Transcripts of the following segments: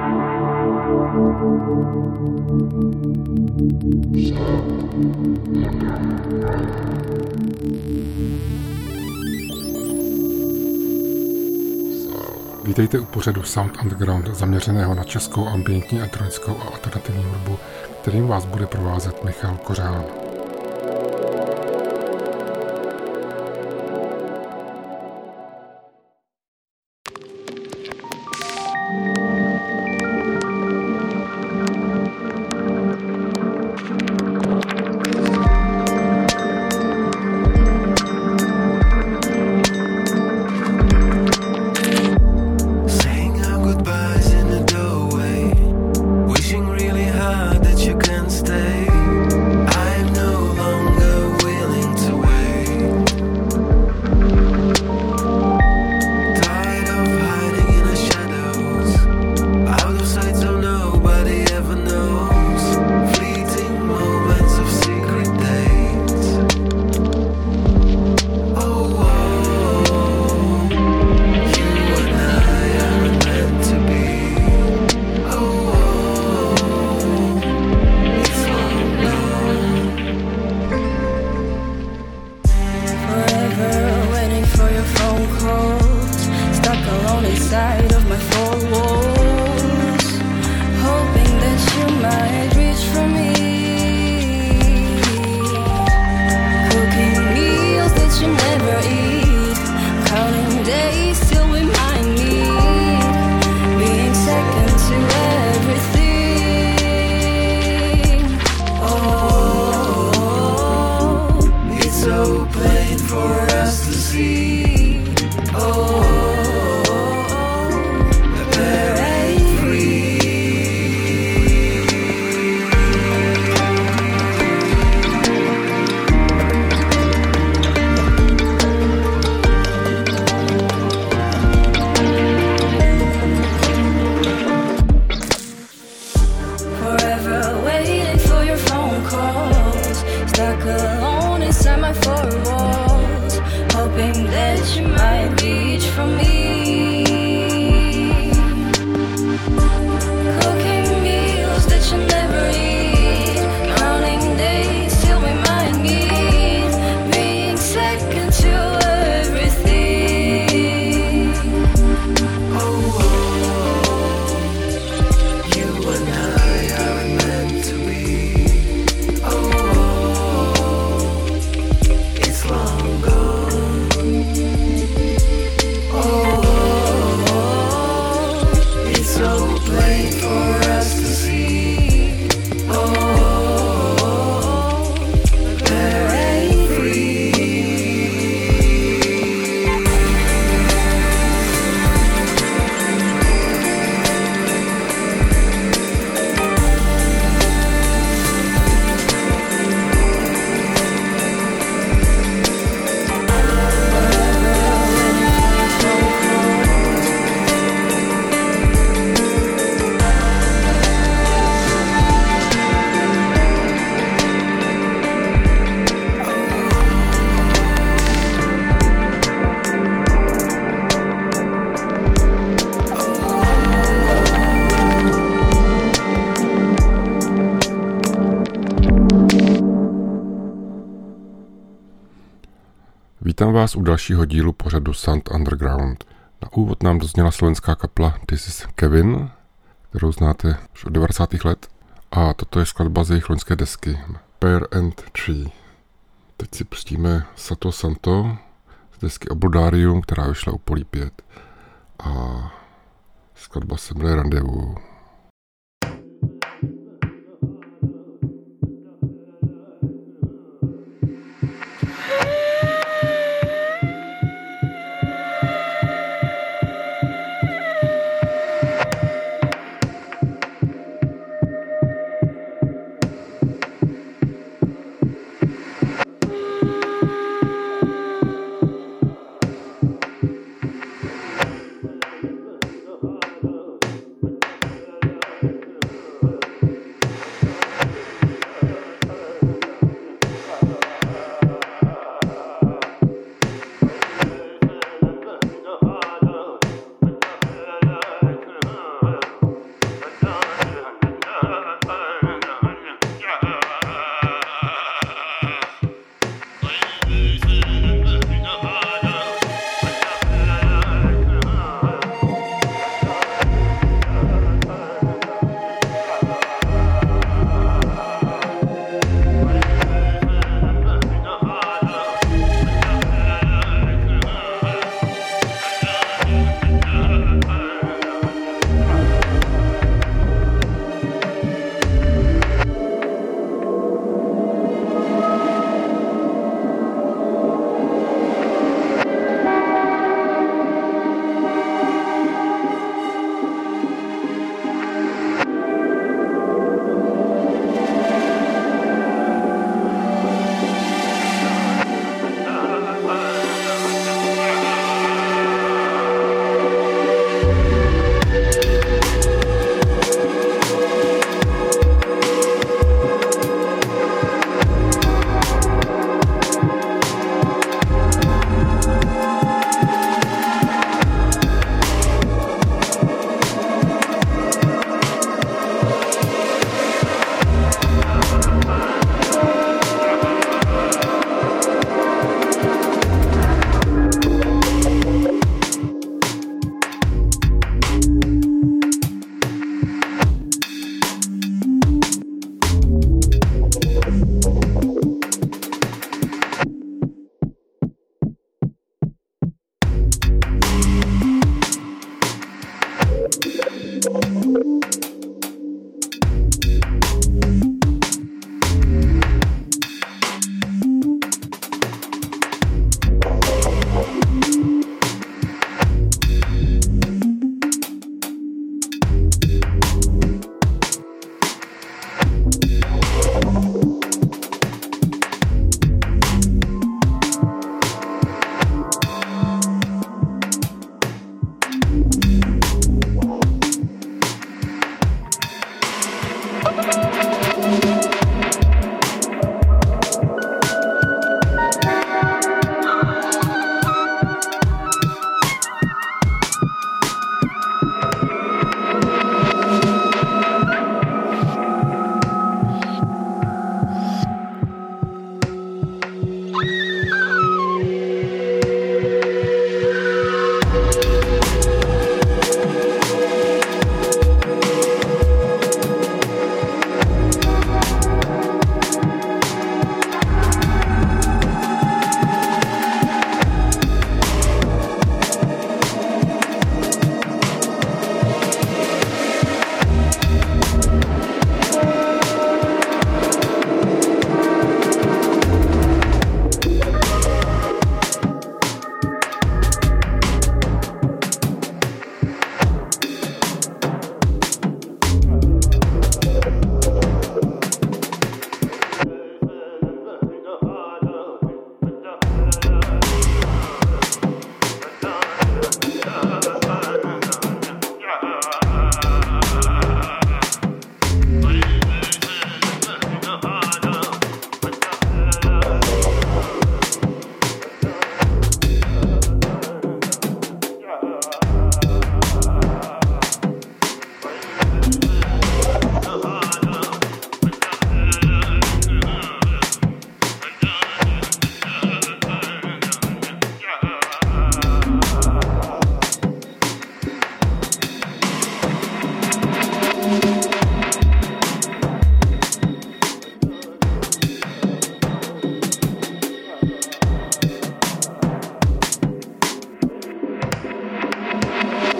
Vítejte u pořadu Sound Underground, zaměřeného na českou ambientní, elektronickou a alternativní hudbu, kterým vás bude provázet Michal Kořán. Vítám vás u dalšího dílu pořadu Sound Underground. Na úvod nám dozněla slovenská kapela This is Kevin, kterou znáte už od 90. let. A toto je skladba z jejich loňské desky Pear and Tree. Teď si pustíme Sato Santo z desky Obludárium, která vyšla u Polí 5. A skladba se jmenuje Rendezvous.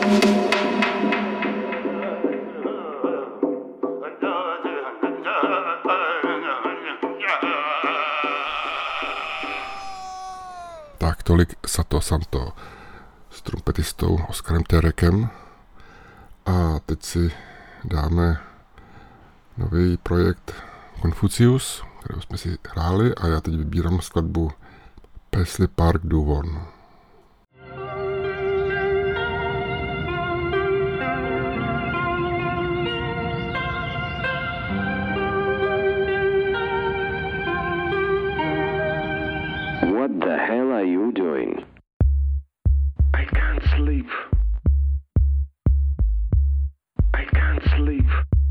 Tak tolik Sato Santo s trumpetistou Oskarem Terekem. A teď si dáme nový projekt Confucius, kterou jsme si hráli, a já teď vybírám skladbu Paisley Park Duvon. What the hell are you doing? I can't sleep. I can't sleep.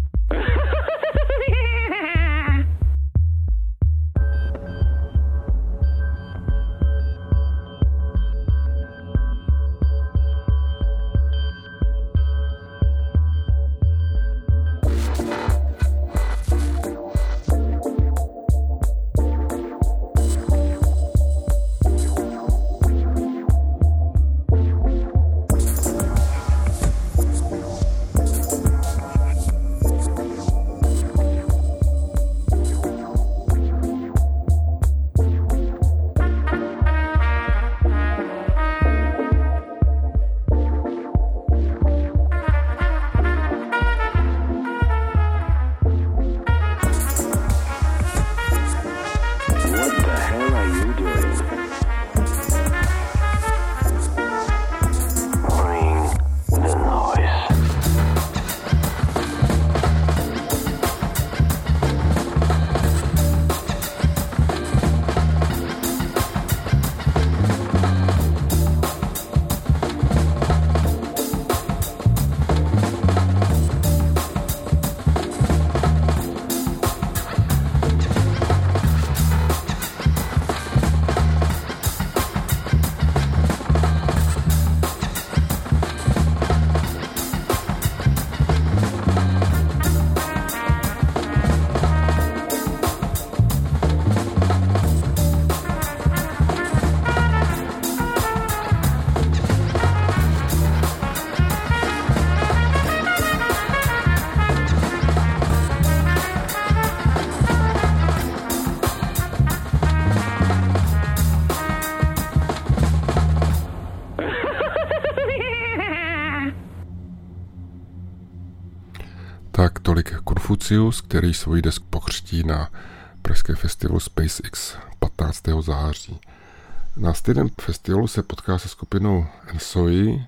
Tak tolik Confucius, který svůj desk pokřtí na pražském festivalu SpaceX 15. září. Na stejném festivalu se potká se skupinou Ensoi,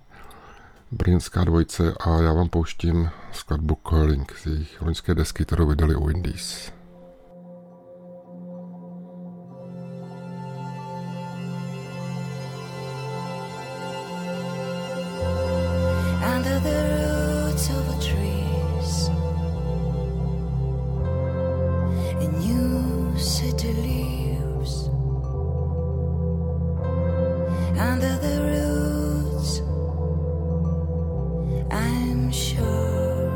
brněnská dvojice, a já vám pouštím skladbu Curling z jejich loňské desky, kterou vydali u Indies. Under the roots of a trees, a new city lives. Under the roots, I'm sure.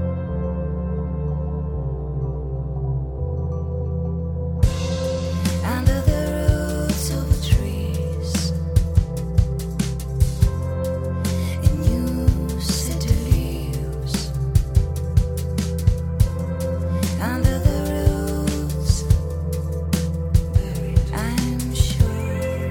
Under the roots of a trees, a new city lives. Under the roots, I'm sure.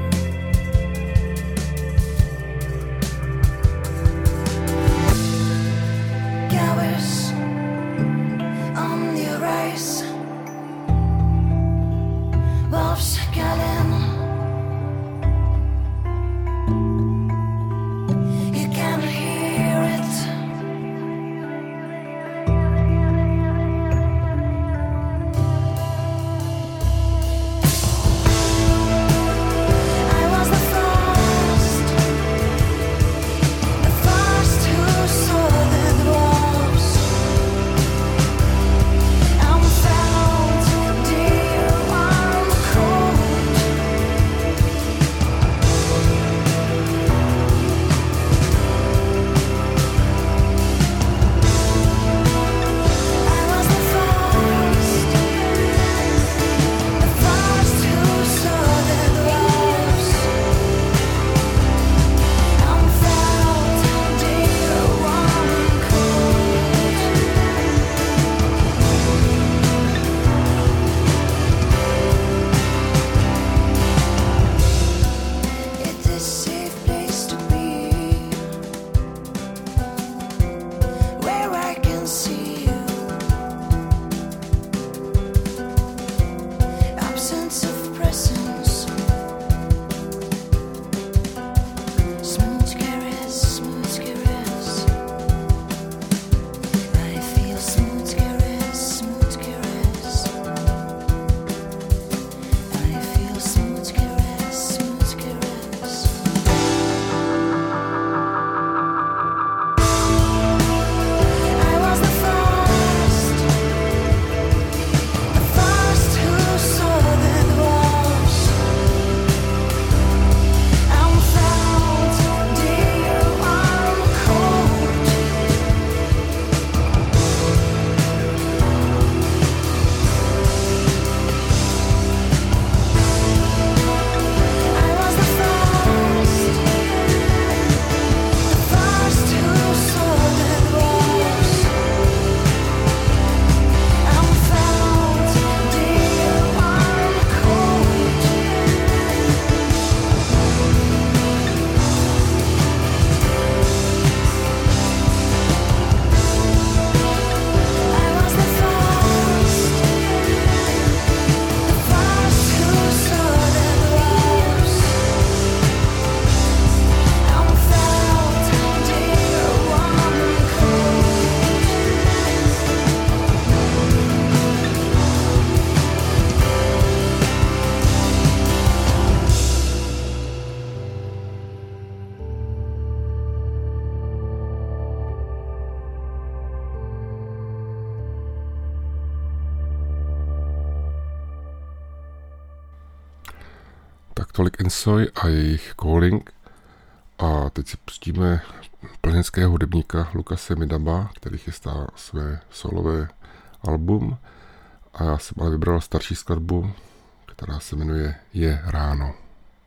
tolik Ensoy a jejich Calling. A teď si pustíme plzeňského hudebníka Lukase Midaba, který chystá své solové album. A já jsem ale vybral starší skladbu, která se jmenuje Je ráno.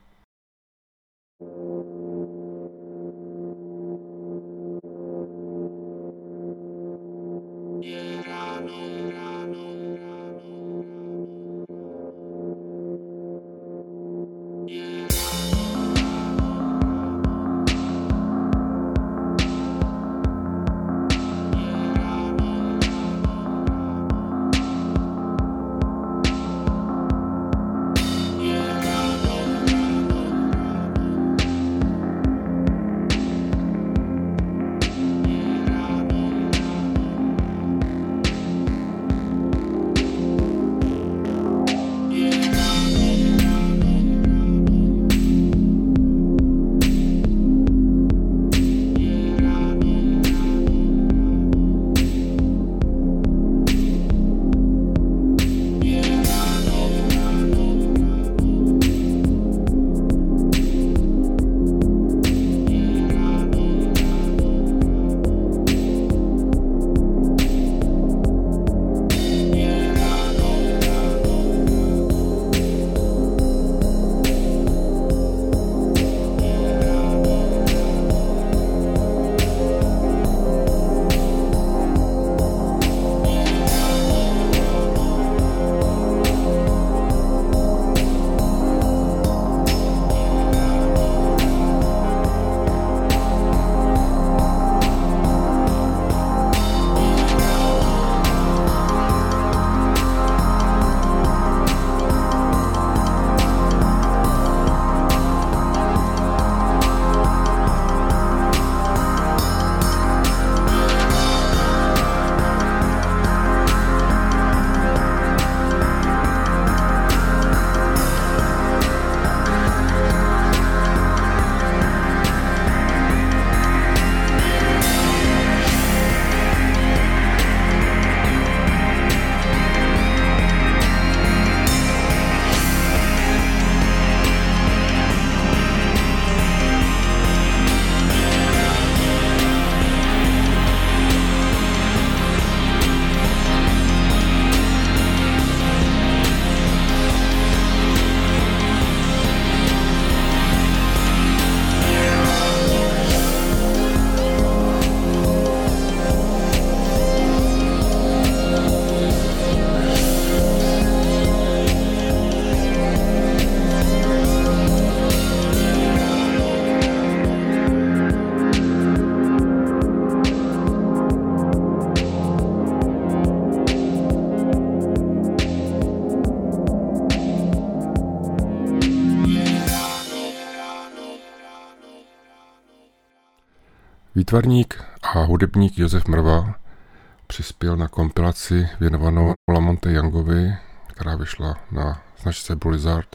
Výtvarník a hudebník Josef Mrva přispěl na kompilaci věnovanou Lamonte Youngovi, která vyšla na značce Blizzard.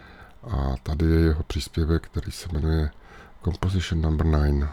A tady je jeho příspěvek, který se jmenuje Composition Number 9.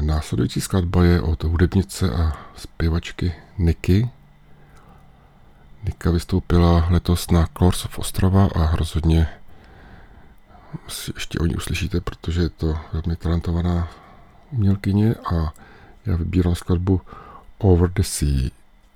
Následující skladba je od hudebnice a zpěvačky Niky. Nika vystoupila letos na Colors of Ostrava a rozhodně si ještě o ní uslyšíte, protože je to velmi talentovaná umělkyně a já vybírám skladbu Over the Sea.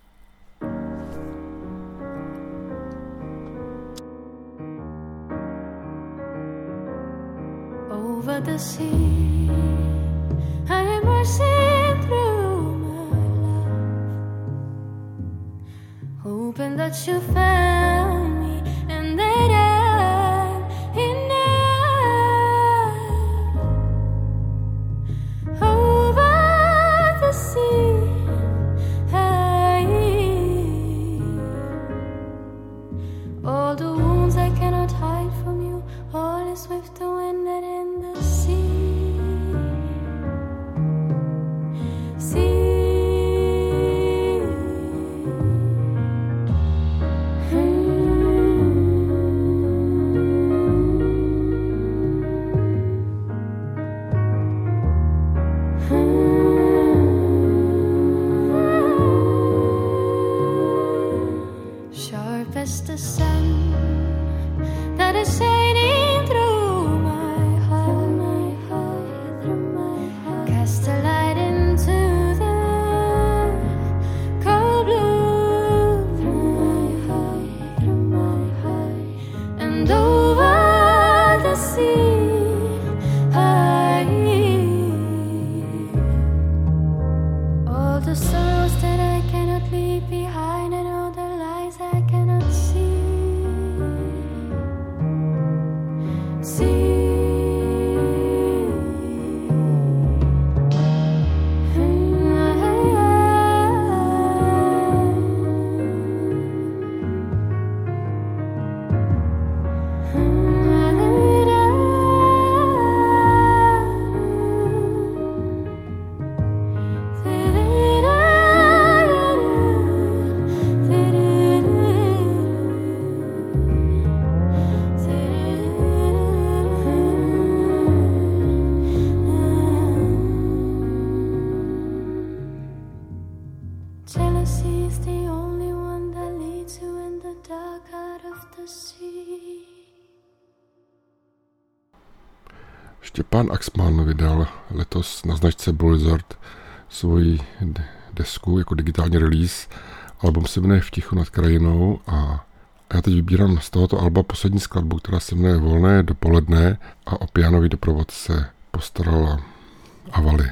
Over the sea, I am rushing through my life, hoping that you found me and that I'm enough. Over the sea, all the wounds I cannot hide from you, all is with the wind and in the sea. Sharp as the sun that is shining through my heart, cast a light into the cold blue through my heart, and over the sea all the sorrows that I cannot leave behind and all the lies I cannot see. Jealousy is the only one that leads you in the dark out of the sea. Štěpán Axman vydal letos na značce Blizzard svoji desku jako digitální release. Album se jmenuje V tichu nad krajinou a já teď vybírám z tohoto alba poslední skladbu, která se jmenuje Volné dopoledne a o pianový doprovod se postarala Avali.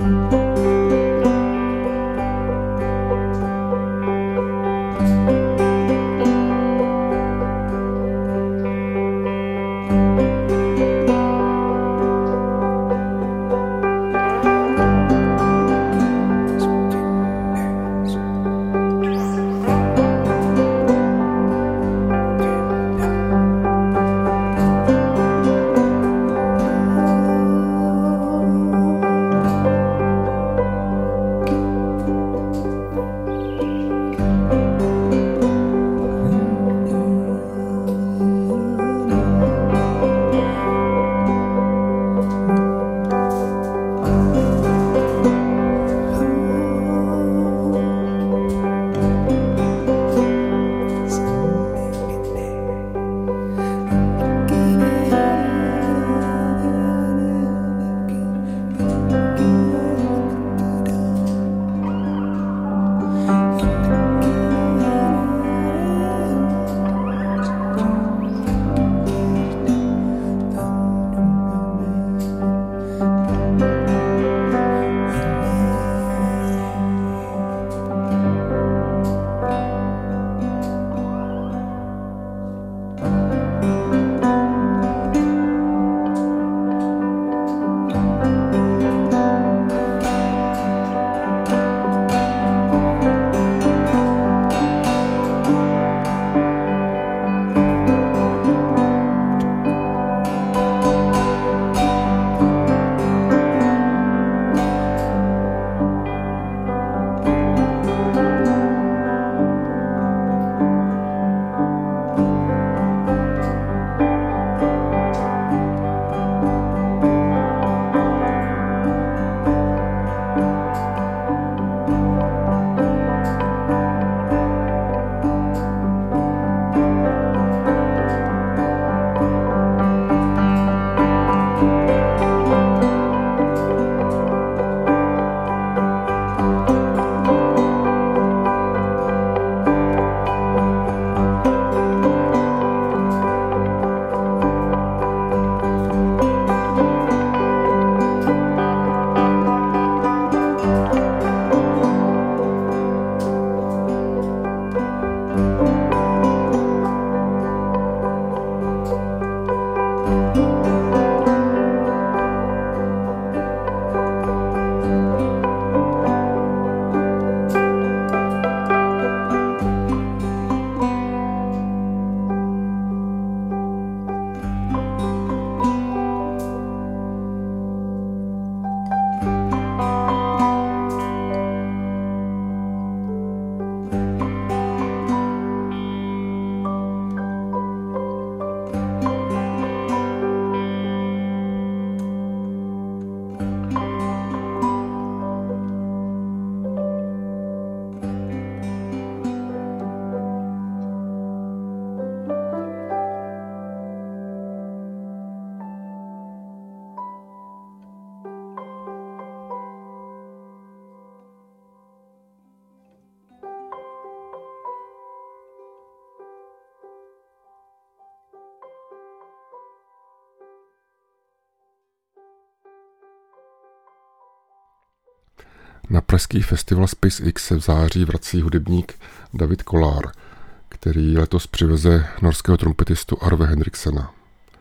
Na pražský festival SpaceX se v září vrací hudebník David Kollár, který letos přiveze norského trumpetistu Arve Henriksena.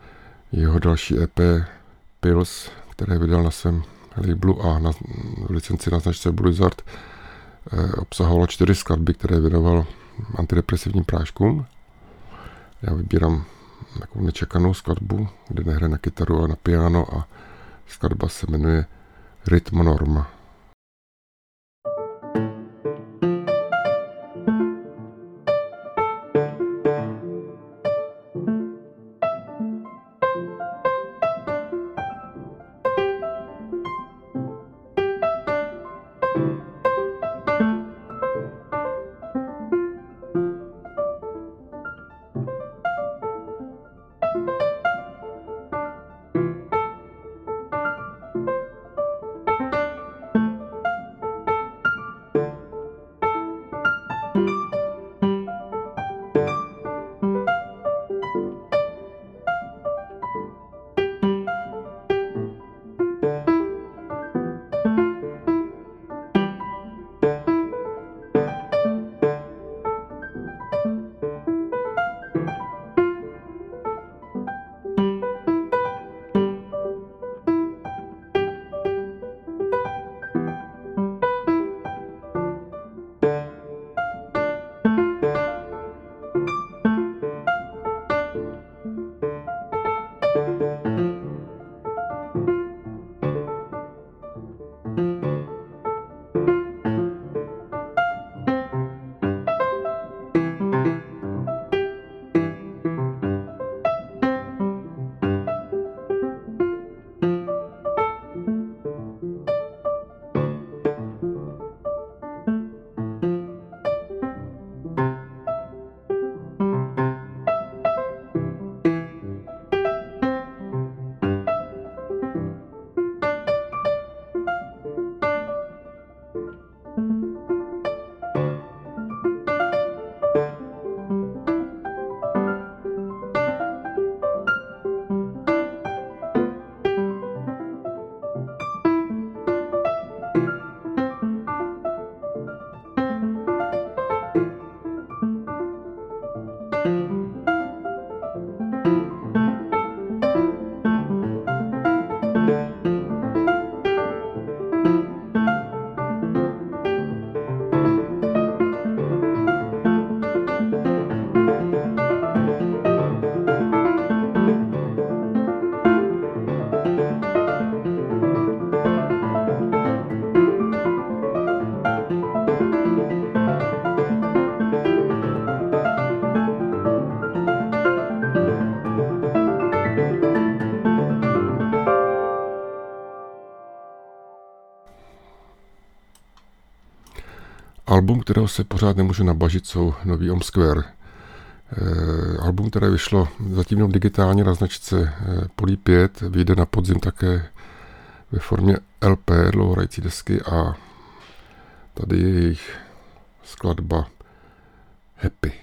Jeho další EP Pills, které vydal na svém labelu a na licenci na značce Blizzard, obsahovalo 4 skladby, které věnoval antidepresivním práškům. Já vybírám takovou nečekanou skladbu, kde nehraje na kytaru, ale na piano, a skladba se jmenuje Rytmonorm. album, kterého se pořád nemůžu nabažit, jsou nový Om Square. Album, které vyšlo zatím jenom digitálně na značce Poly 5, vyjde na podzim také ve formě LP, dlouhohrající desky, a tady je jejich skladba Happy.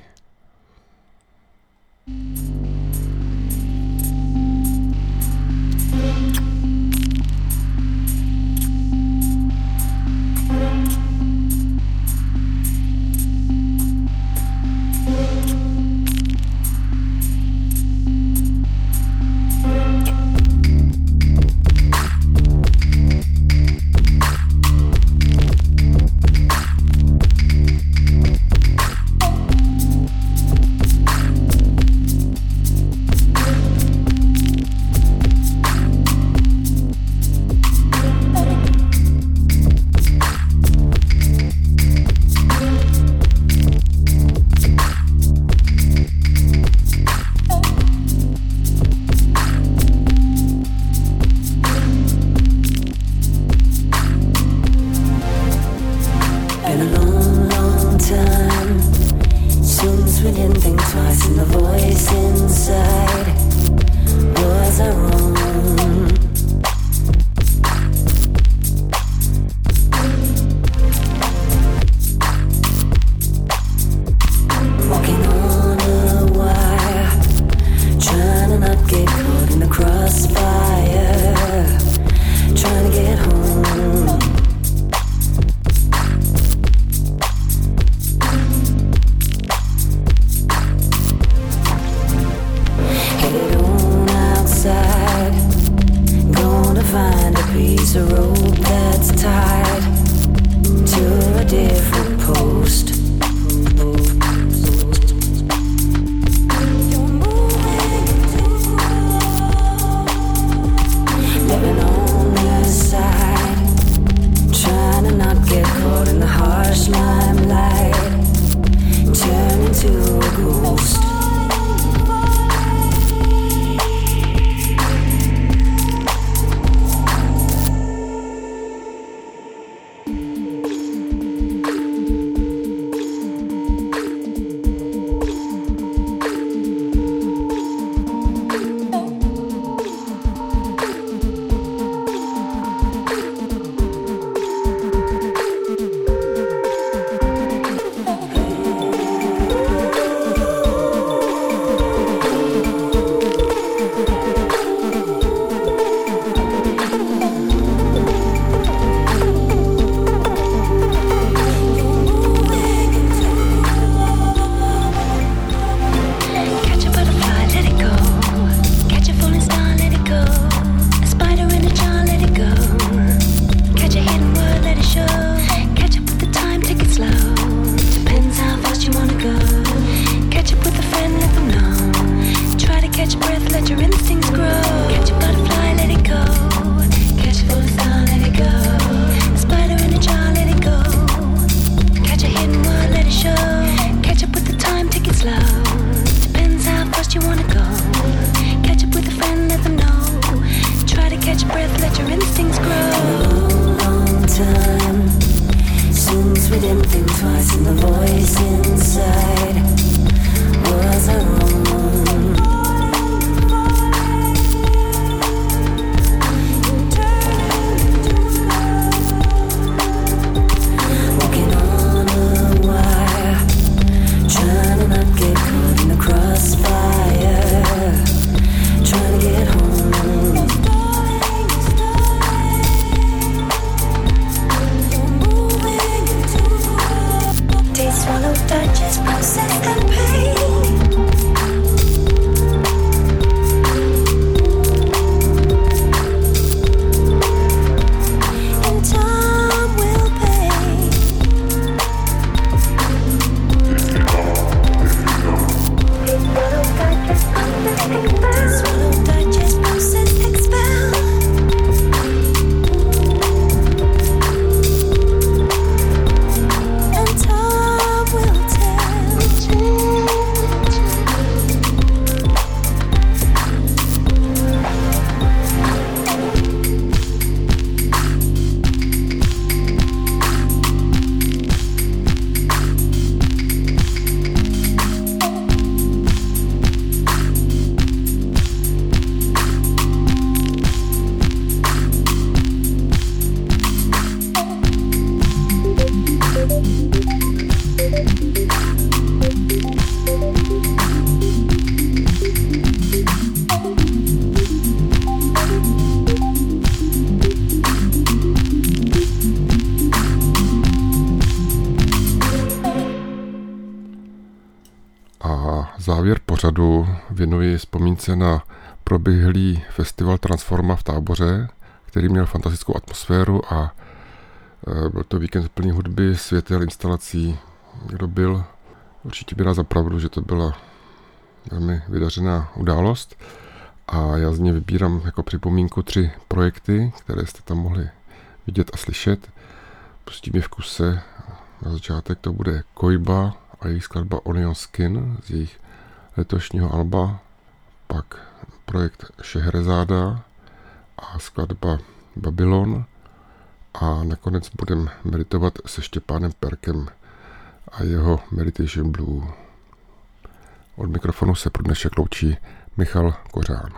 závěr pořadu věnuji vzpomínce na proběhlý festival Transforma v Táboře, který měl fantastickou atmosféru a byl to víkend plný hudby, světel, instalací. Kdo byl, určitě by dal za pravdu, že to byla velmi vydařená událost a já z ní vybírám jako připomínku 3 projekty, které jste tam mohli vidět a slyšet. Pustíme v kuse. Na začátek to bude Koiba a její skladba Onion Skin z jejich letošního alba, pak projekt Šehrezáda a skladba Babylon a nakonec budeme meditovat se Štěpánem Perkem a jeho Meditation Blue. Od mikrofonu se pro dnešek loučí Michal Kořán.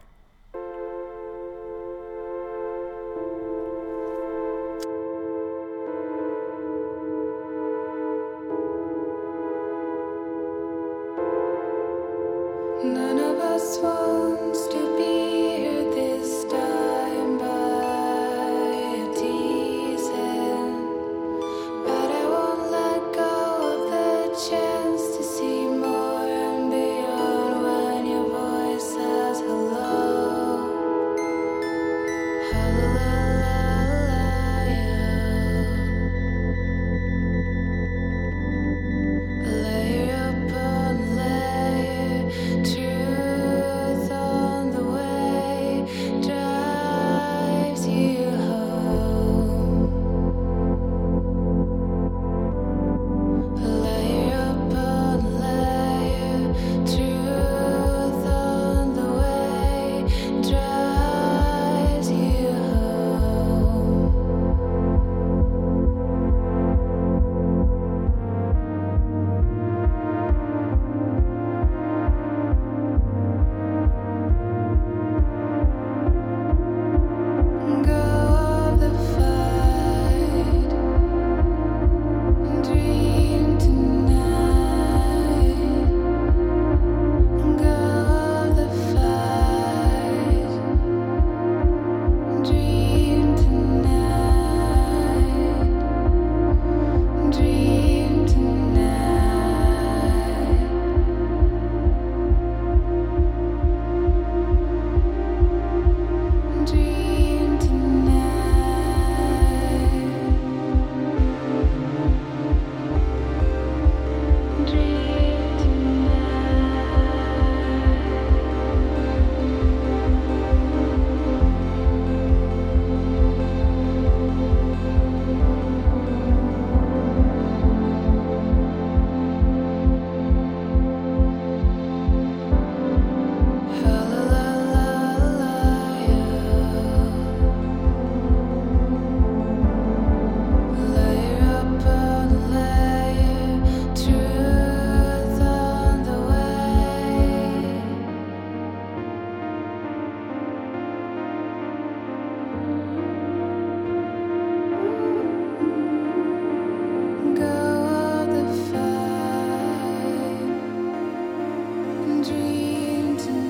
None of us wants to be here this time by teasing, but I won't let go of the chance to see more and beyond when your voice says hello. Layer upon layer, truth on the way drives you home. Layer upon layer, truth on the way drives you home. Go of the fight, dream tonight. Go of the fight, dream tonight. Dream tonight. Dream tonight. Dream Layer upon layer, truth on the way. Go of the fight, dream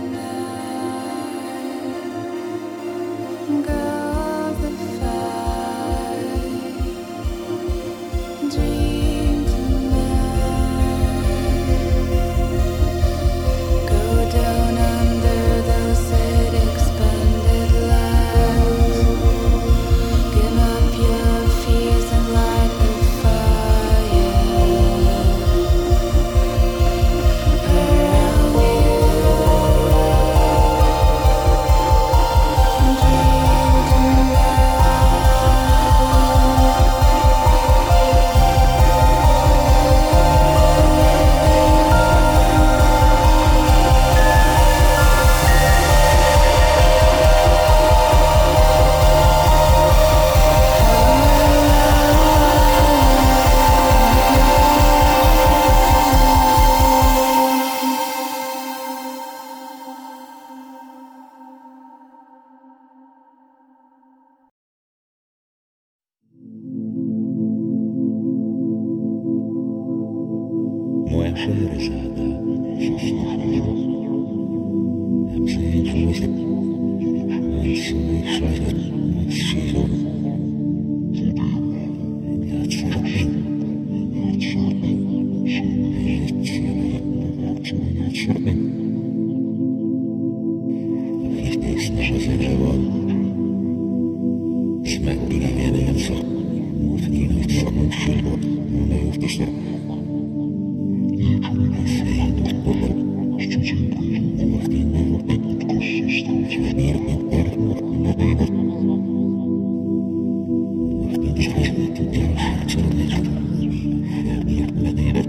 tonight. Go of the fight, dream tonight. Go down under those expanded lands. Give up your fears and light the fire around you. Moje Šehrezáda, já přeji tvůj mám svůj chlebet, mám sílu. Já čerpím, já čerpím, já čerpím, šrty. Všichni snaha zemřela. Jsme udivěni něco. Musí být samou šilot. Nejste se. Sejdu podle. Vlastně nevodí odkaz černírní partner. Nebejde. Vlastně nevodí to dělá černírní. Nebejde. Nebejde.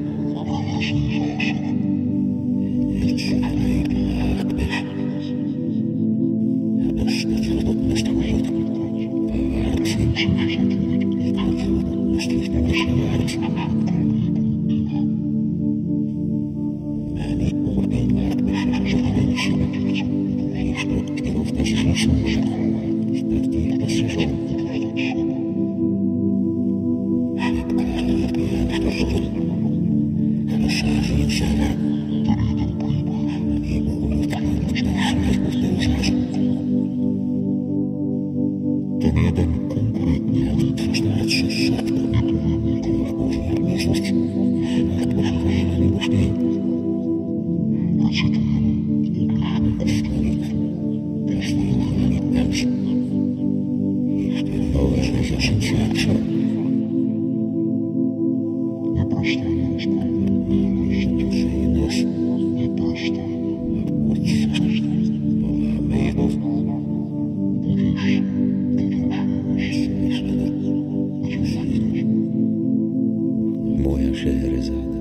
Moja Šehrezáda.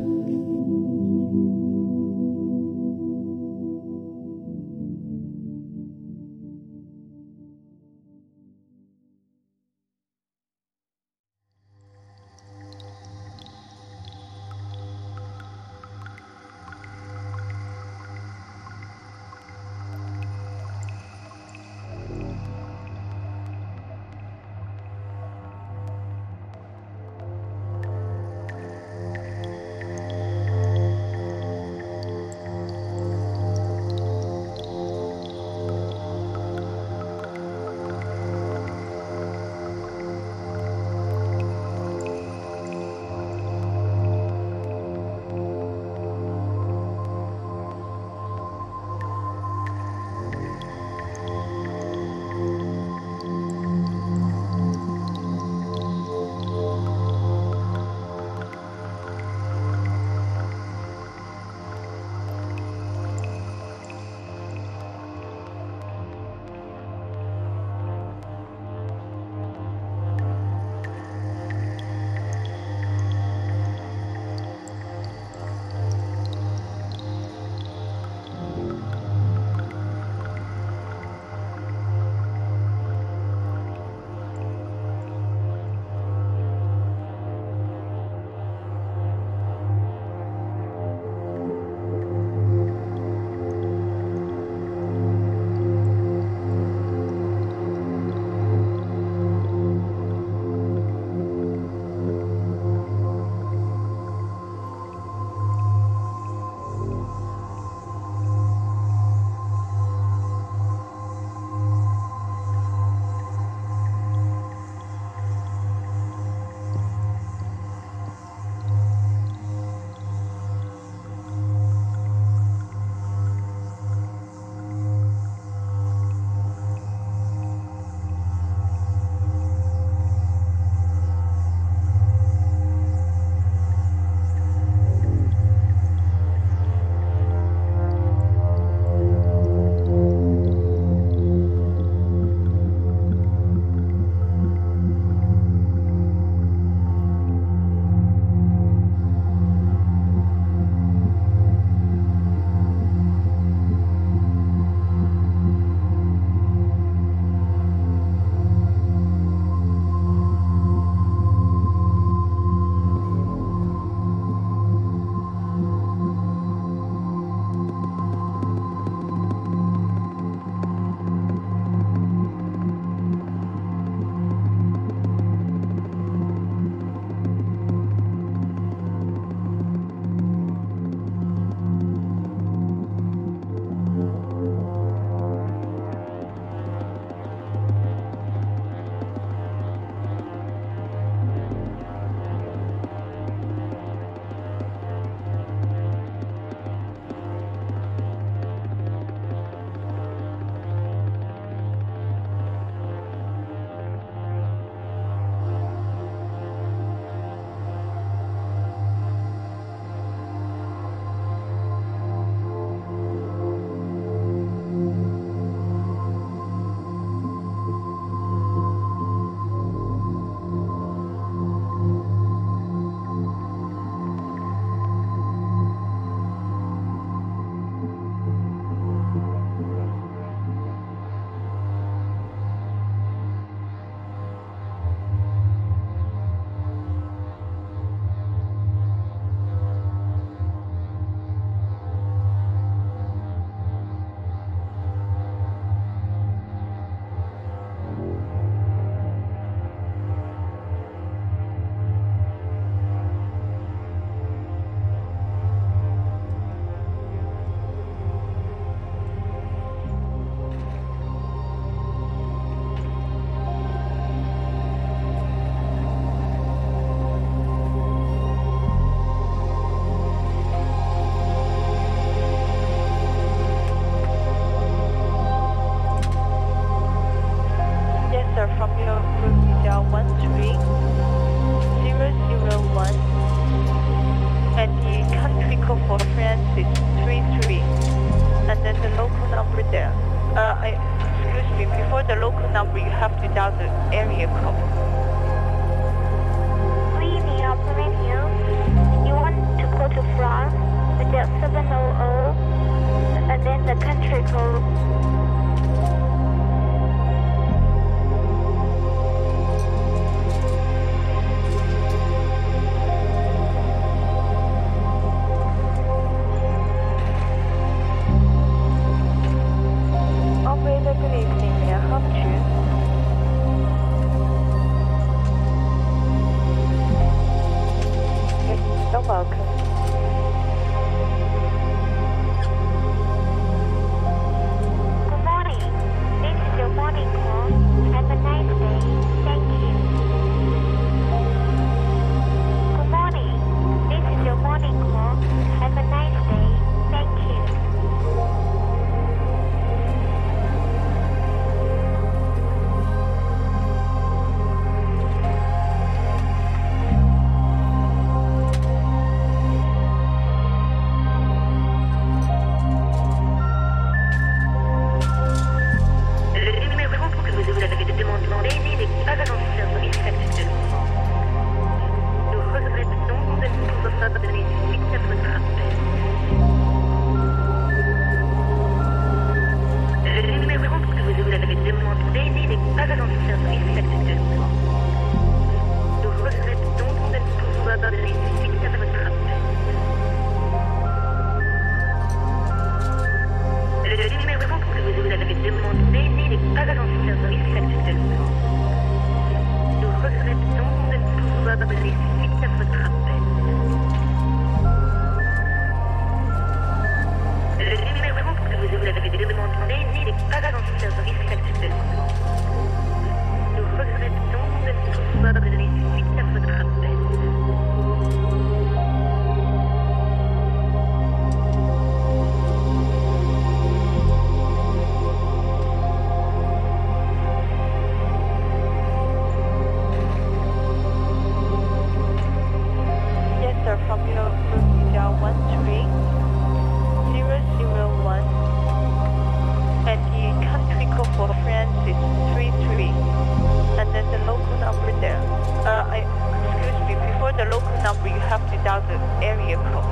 dial the area code.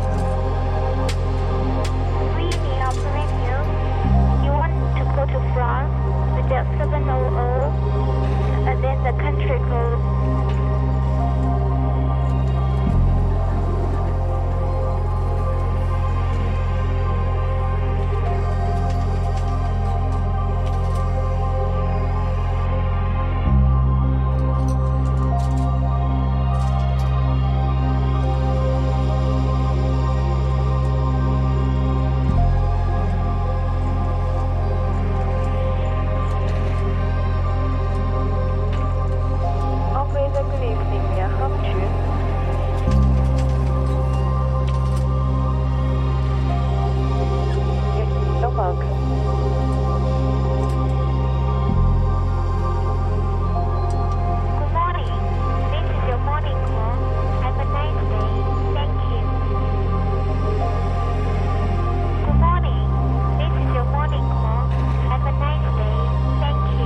Greeting operator. You want to go to France with the 700 and then the country code. Operator, good evening. May I help you? Yes, you're welcome. Good morning. This is your morning call. Have a nice day. Thank you. Good morning. This is your morning call. Have a nice day. Thank you.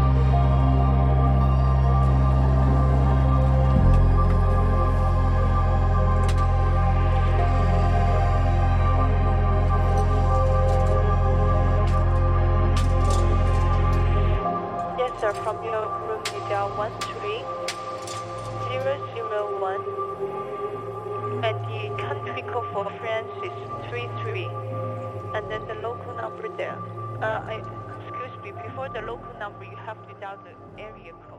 Yes, sir. From your room, you dial 13001, and the country code for France is 33, and then the local number there. Excuse me. Before the local number, you have to dial the area code.